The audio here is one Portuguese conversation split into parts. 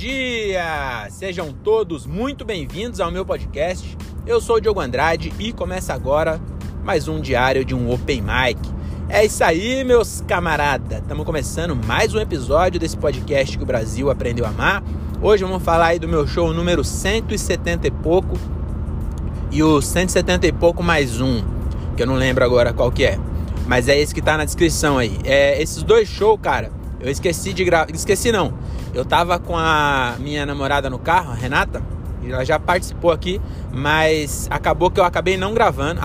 dia! Sejam todos muito bem-vindos ao meu podcast. Eu sou o Diogo Andrade e começa agora mais um diário de um Open Mic. É isso aí, meus camaradas! Estamos começando mais um episódio desse podcast que o Brasil aprendeu a amar. Hoje vamos falar aí do meu show número 170 e pouco e o 170 e pouco mais um, que eu não lembro agora qual que é. Mas é esse que tá na descrição aí. Esses dois shows, cara, eu esqueci de gravar. Esqueci não. Eu tava com a minha namorada no carro, a Renata. E ela já participou aqui. Mas acabou que eu acabei não gravando.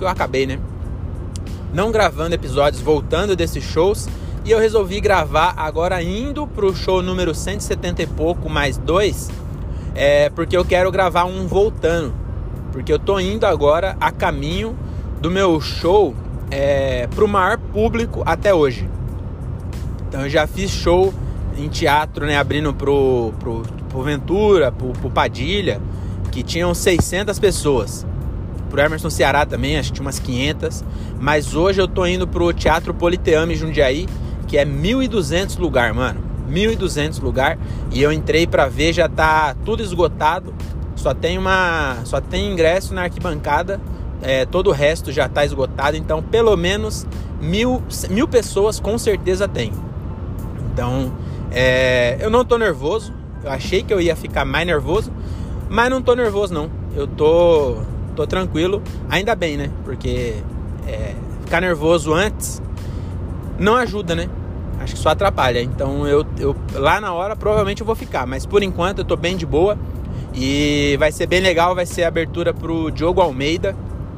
Não gravando episódios voltando desses shows. E eu resolvi gravar agora indo pro show número 170 e pouco mais 2. Porque eu quero gravar um voltando. Porque eu tô indo agora a caminho do meu show pro maior público até hoje. Então eu já fiz show em teatro, né, abrindo pro Ventura, pro Padilha, que tinham 600 pessoas. Pro Emerson Ceará também, acho que tinha umas 500. Mas hoje eu tô indo pro Teatro Politeama Jundiaí, que é 1.200 lugar, mano. 1.200 lugar. E eu entrei pra ver, já tá tudo esgotado. Só tem ingresso na arquibancada. Todo o resto já tá esgotado. Então pelo menos mil pessoas com certeza tem. Então eu não tô nervoso. Eu achei que eu ia ficar mais nervoso, mas não tô nervoso não. Eu tô tranquilo. Ainda bem, né? Porque ficar nervoso antes não ajuda, né? Acho que só atrapalha. Então eu lá na hora provavelmente eu vou ficar. Mas por enquanto eu tô bem de boa. E vai ser bem legal. Vai ser a abertura pro Diogo Almeida.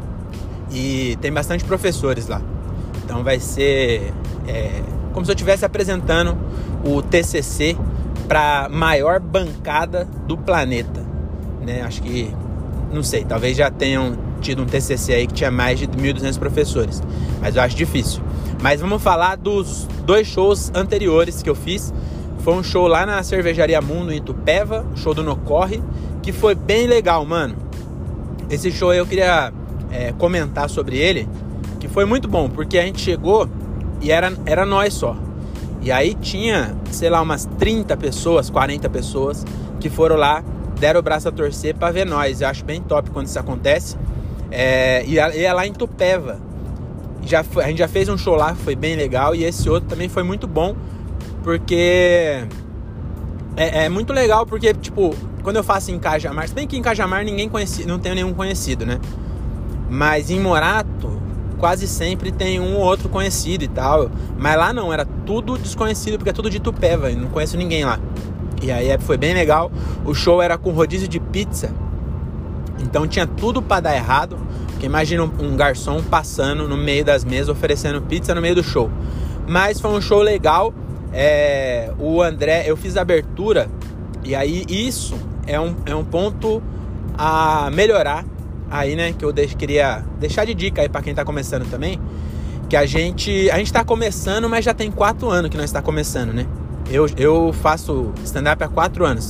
E tem bastante professores lá. Então vai ser como se eu estivesse apresentando o TCC para maior bancada do planeta, né? Acho que, não sei, talvez já tenham tido um TCC aí que tinha mais de 1.200 professores, mas eu acho difícil. Mas vamos falar dos dois shows anteriores que eu fiz. Foi um show lá na Cervejaria Mundo, em Itupeva, um show do Nocorre, que foi bem legal, mano. Esse show aí eu queria comentar sobre ele, que foi muito bom, porque a gente chegou e era nós só. E aí tinha, sei lá, umas 30 pessoas, 40 pessoas que foram lá, deram o braço a torcer pra ver nós. Eu acho bem top quando isso acontece. E é lá em Itupeva. A gente já fez um show lá, foi bem legal. E esse outro também foi muito bom, porque é muito legal, porque, tipo, quando eu faço em Cajamar, se bem que em Cajamar não tenho nenhum conhecido, né? Mas em Morato quase sempre tem um ou outro conhecido e tal. Mas lá não, era tudo desconhecido, porque é tudo de Itupeva, e não conheço ninguém lá. E aí foi bem legal. O show era com rodízio de pizza, então tinha tudo pra dar errado. Porque imagina um garçom passando no meio das mesas oferecendo pizza no meio do show. Mas foi um show legal. O André, eu fiz a abertura. E aí isso é um ponto a melhorar aí, né, que eu queria deixar de dica aí pra quem tá começando também, que a gente tá começando, mas já tem 4 anos que nós tá começando, né? Eu faço stand-up há 4 anos,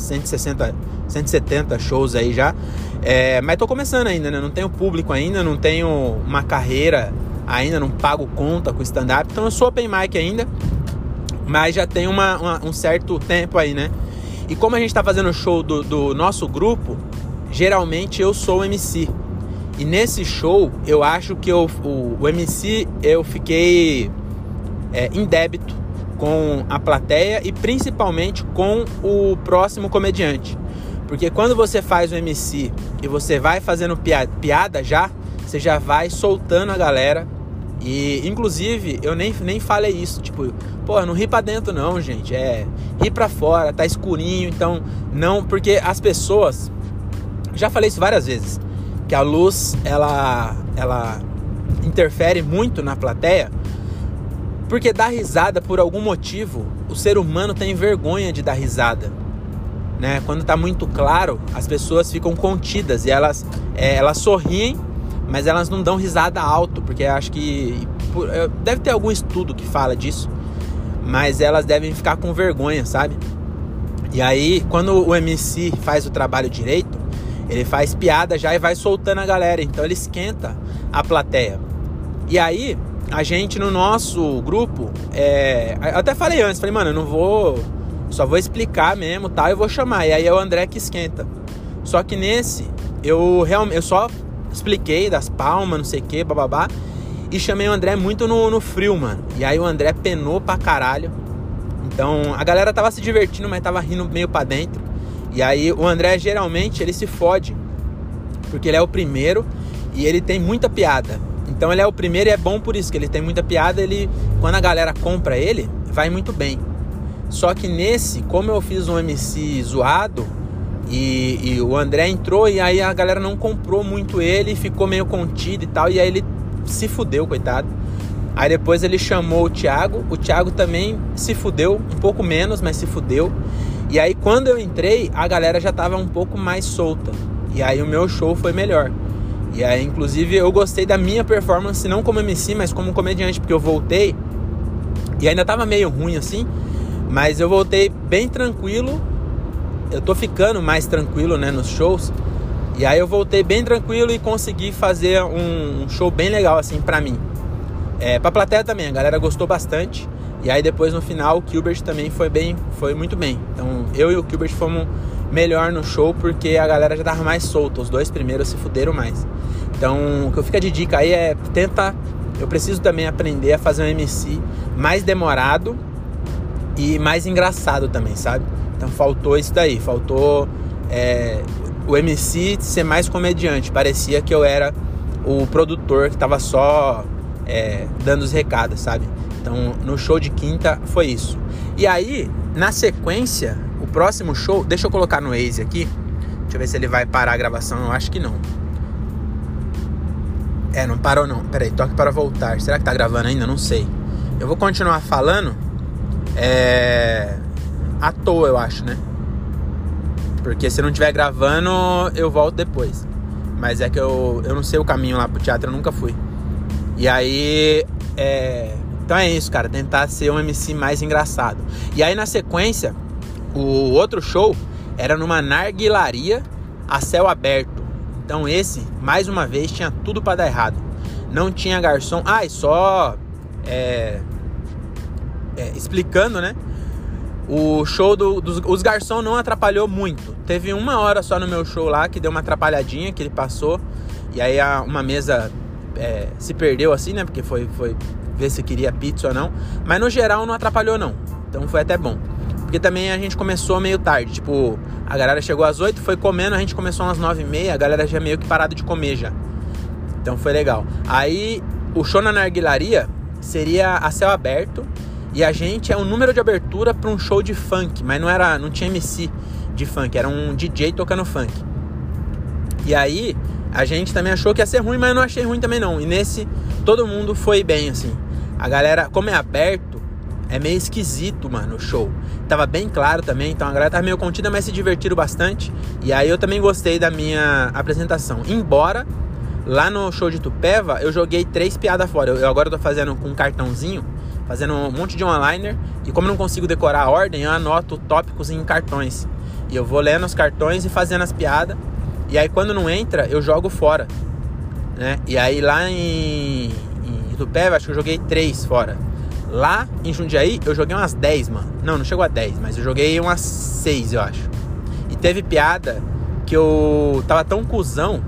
170 shows aí já, mas tô começando ainda, né? Não tenho público ainda, não tenho uma carreira ainda, não pago conta com stand-up, então eu sou open mic ainda, mas já tem um certo tempo aí, né? E como a gente tá fazendo show do nosso grupo, geralmente eu sou o MC. E nesse show, eu acho que o MC, eu fiquei em débito com a plateia e principalmente com o próximo comediante. Porque quando você faz o MC e você vai fazendo piada já, você já vai soltando a galera. E, inclusive, eu nem falei isso, tipo, pô, não ri pra dentro não, gente. Ri pra fora, tá escurinho, então não, porque as pessoas... Já falei isso várias vezes, que a luz, ela interfere muito na plateia, porque dar risada, por algum motivo, o ser humano tem vergonha de dar risada, né? Quando tá muito claro, as pessoas ficam contidas e elas sorriem, mas elas não dão risada alto, porque acho que... Deve ter algum estudo que fala disso, mas elas devem ficar com vergonha, sabe? E aí, quando o MC faz o trabalho direito, ele faz piada já e vai soltando a galera. Então ele esquenta a plateia. E aí, a gente no nosso grupo... eu até falei antes, falei, mano, eu não vou Só vou explicar mesmo, tal, e vou chamar. E aí é o André que esquenta. Só que nesse, eu só expliquei das palmas, não sei o que, bababá. E chamei o André muito no frio, mano. E aí o André penou pra caralho. Então a galera tava se divertindo, mas tava rindo meio pra dentro. E aí o André geralmente ele se fode, porque ele é o primeiro e ele tem muita piada. Então ele é o primeiro e é bom por isso, que ele tem muita piada. Quando a galera compra ele, vai muito bem. Só que nesse, como eu fiz um MC zoado e o André entrou, e aí a galera não comprou muito ele, ficou meio contido e tal, e aí ele se fudeu, coitado. Aí depois ele chamou o Thiago também se fudeu, um pouco menos, mas se fudeu. E aí quando eu entrei, a galera já tava um pouco mais solta, e aí o meu show foi melhor. E aí inclusive eu gostei da minha performance, não como MC, mas como comediante, porque eu voltei e ainda tava meio ruim assim, mas eu voltei bem tranquilo. Eu tô ficando mais tranquilo, né, nos shows. E aí eu voltei bem tranquilo e consegui fazer um show bem legal, assim, pra mim. Pra plateia também, a galera gostou bastante. E aí depois no final o Gilbert também foi muito bem. Então eu e o Gilbert fomos melhor no show, porque a galera já tava mais solta. Os dois primeiros se fuderam mais. Então o que fica de dica aí é tentar. Eu preciso também aprender a fazer um MC mais demorado e mais engraçado também, sabe? Então faltou isso daí, faltou o MC ser mais comediante. Parecia que eu era o produtor que tava só dando os recados, sabe? Então no show de quinta foi isso. E aí, na sequência, o próximo show, deixa eu colocar no Waze aqui, deixa eu ver se ele vai parar a gravação. Eu acho que não. Não parou não, peraí, toque para voltar. Será que tá gravando ainda? Não sei. Eu vou continuar falando à toa, eu acho, né? Porque se não estiver gravando, eu volto depois. Mas é que eu não sei o caminho lá pro teatro, eu nunca fui. E aí, então é isso, cara. Tentar ser um MC mais engraçado. E aí, na sequência, o outro show era numa narguilaria a céu aberto. Então esse, mais uma vez, tinha tudo pra dar errado. Não tinha garçom. E só explicando, né? O show os garçons não atrapalhou muito. Teve 1 hora só no meu show lá que deu uma atrapalhadinha, que ele passou. E aí uma mesa se perdeu assim, né? Porque foi ver se queria pizza ou não. Mas no geral não atrapalhou não. Então foi até bom. Porque também a gente começou meio tarde. Tipo, a galera chegou às 8, foi comendo. A gente começou às 9h30. A galera já meio que parado de comer já. Então foi legal. Aí o show na narguilaria seria a céu aberto. E a gente o número de abertura para um show de funk. Mas não tinha MC de funk. Era um DJ tocando funk. E aí a gente também achou que ia ser ruim, mas eu não achei ruim também não. E nesse todo mundo foi bem, assim. A galera, como é aberto, é meio esquisito, mano, o show. Tava bem claro também, então a galera tava meio contida, mas se divertiram bastante. E aí eu também gostei da minha apresentação. Embora, lá no show de Itupeva, eu joguei 3 piadas fora. Eu agora tô fazendo com um cartãozinho, fazendo um monte de one-liner. E como eu não consigo decorar a ordem, eu anoto tópicos em cartões. E eu vou lendo os cartões e fazendo as piadas. E aí quando não entra, eu jogo fora, né? E aí lá em Itupeva, acho que eu joguei 3 fora. Lá em Jundiaí, eu joguei umas 10, mano. Não chegou a 10, mas eu joguei umas 6, eu acho. E teve piada que eu tava tão cuzão.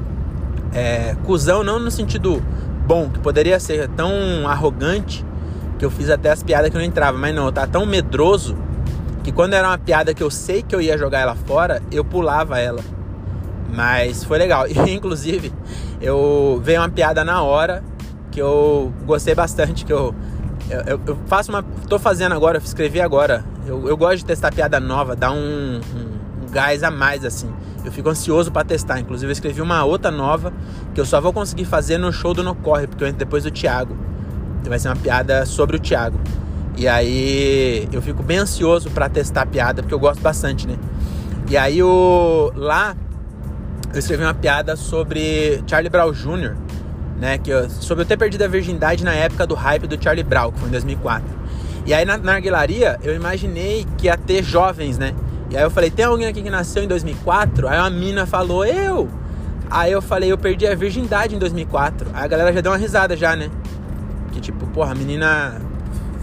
Cuzão não no sentido bom, que poderia ser tão arrogante, que eu fiz até as piadas que não entravam. Mas não, eu tava tão medroso que quando era uma piada que eu sei que eu ia jogar ela fora, eu pulava ela. Mas foi legal. E inclusive, veio uma piada na hora que eu gostei bastante, que eu faço tô fazendo agora, eu escrevi agora. Eu gosto de testar piada nova, dar um gás a mais, assim. Eu fico ansioso pra testar. Inclusive eu escrevi uma outra nova que eu só vou conseguir fazer no show do No Corre, porque eu entro depois do Thiago. Vai ser uma piada sobre o Thiago. E aí eu fico bem ansioso pra testar a piada, porque eu gosto bastante, né? E aí lá eu escrevi uma piada sobre Charlie Brown Jr., né? Sobre eu ter perdido a virgindade na época do hype do Charlie Brown, que foi em 2004. E aí na narguilaria eu imaginei que ia ter jovens, né? E aí eu falei, tem alguém aqui que nasceu em 2004? Aí uma mina falou, eu! Aí eu falei, eu perdi a virgindade em 2004. Aí a galera já deu uma risada já, né? Que tipo, porra, a menina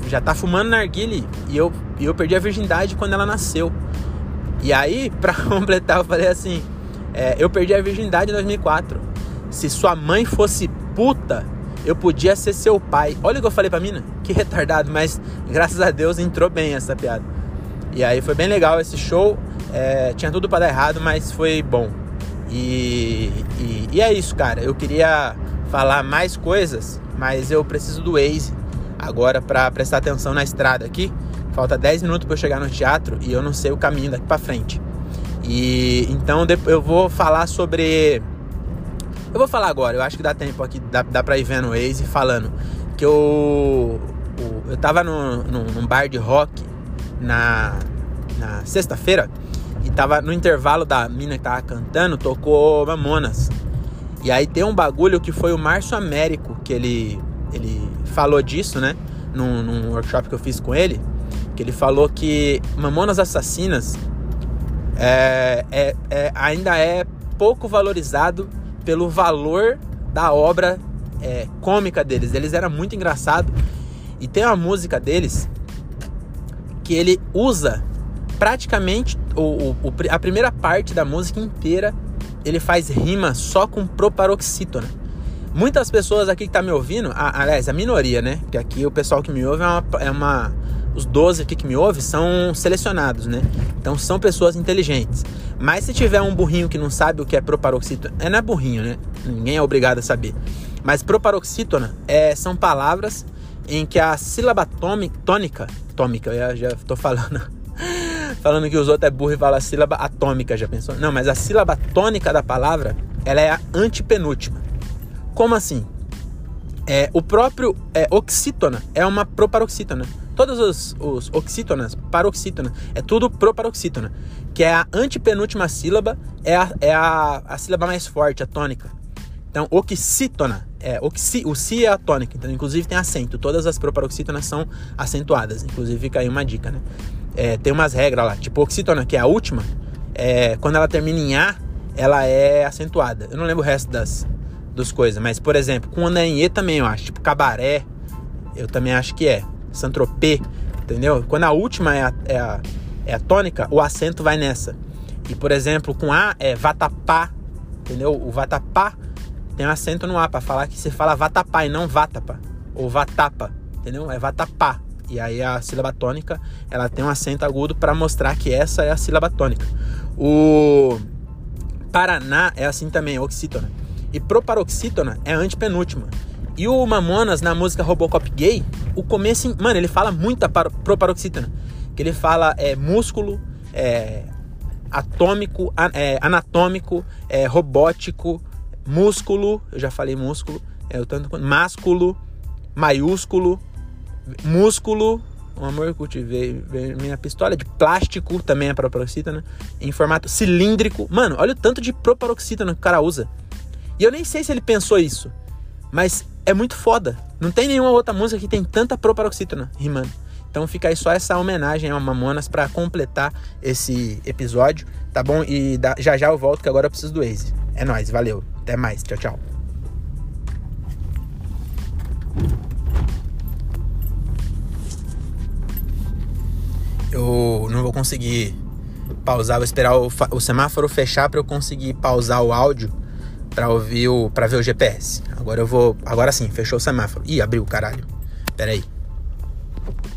já tá fumando narguile e eu perdi a virgindade quando ela nasceu. E aí, pra completar, eu falei assim, eu perdi a virgindade em 2004. Se sua mãe fosse puta, eu podia ser seu pai. Olha o que eu falei pra mina, que retardado, mas graças a Deus entrou bem essa piada. E aí foi bem legal esse show, tinha tudo pra dar errado, mas foi bom. E é isso, cara, eu queria falar mais coisas, mas eu preciso do Waze agora pra prestar atenção na estrada aqui. Falta 10 minutos pra eu chegar no teatro e eu não sei o caminho daqui pra frente. E então eu vou falar sobre... Eu vou falar agora, eu acho que dá tempo aqui, dá pra ir vendo o Waze falando que eu tava num bar de rock na sexta-feira e tava no intervalo da mina que tava cantando, tocou Mamonas. E aí tem um bagulho que foi o Márcio Américo, que ele falou disso, né? Num workshop que eu fiz com ele, que ele falou que Mamonas Assassinas ainda é pouco valorizado pelo valor da obra cômica deles. Eles eram muito engraçados. E tem uma música deles que ele usa praticamente a primeira parte da música inteira. Ele faz rima só com proparoxítona. Muitas pessoas aqui que tá me ouvindo, aliás, a minoria, né? Porque aqui o pessoal que me ouve os 12 aqui que me ouvem são selecionados, né? Então são pessoas inteligentes. Mas se tiver um burrinho que não sabe o que é proparoxítona, não é burrinho, né? Ninguém é obrigado a saber. Mas proparoxítona são palavras em que a sílaba tônica, eu já tô falando que os outros é burro e fala a sílaba atômica, já pensou? Não, mas a sílaba tônica da palavra, ela é a antepenúltima. Como assim? O próprio oxítona é uma proparoxítona. Todos os oxítonas, paroxítona, é tudo proparoxítona, que é a antepenúltima sílaba, é a sílaba mais forte, a tônica. Então, oxítona, o si é a tônica, então inclusive tem acento. Todas as proparoxítonas são acentuadas, inclusive fica aí uma dica, né? Tem umas regras lá, tipo oxítona, que é a última, quando ela termina em A, ela é acentuada. Eu não lembro o resto das coisas, mas, por exemplo, quando é em E também eu acho, tipo cabaré, eu também acho que é. Saint-Tropez, entendeu? Quando a última é a tônica, o acento vai nessa. E, por exemplo, com A é vatapá, entendeu? O vatapá tem um acento no A, pra falar que você fala vatapá e não vatapa, ou vatapa, entendeu? É vatapá. E aí a sílaba tônica, ela tem um acento agudo pra mostrar que essa é a sílaba tônica. O Paraná é assim também, oxítona. E proparoxítona é a antepenúltima. E o Mamonas, na música Robocop Gay, o começo, mano, ele fala muito proparoxítona. Que ele fala músculo, atômico, anatômico, robótico, músculo, eu já falei músculo, másculo, maiúsculo, músculo, um amor que cultivei, minha pistola de plástico, também é proparoxítona, em formato cilíndrico. Mano, olha o tanto de proparoxítona que o cara usa. E eu nem sei se ele pensou isso, mas é muito foda. Não tem nenhuma outra música que tem tanta proparoxítona rimando. Então fica aí só essa homenagem ao Mamonas pra completar esse episódio, tá bom? E já eu volto, que agora eu preciso do Waze. É nóis, valeu. Até mais, tchau, tchau. Eu não vou conseguir pausar, vou esperar o semáforo fechar pra eu conseguir pausar o áudio pra ver o GPS. Agora sim, fechou o semáforo. Ih, abriu, caralho. Pera aí.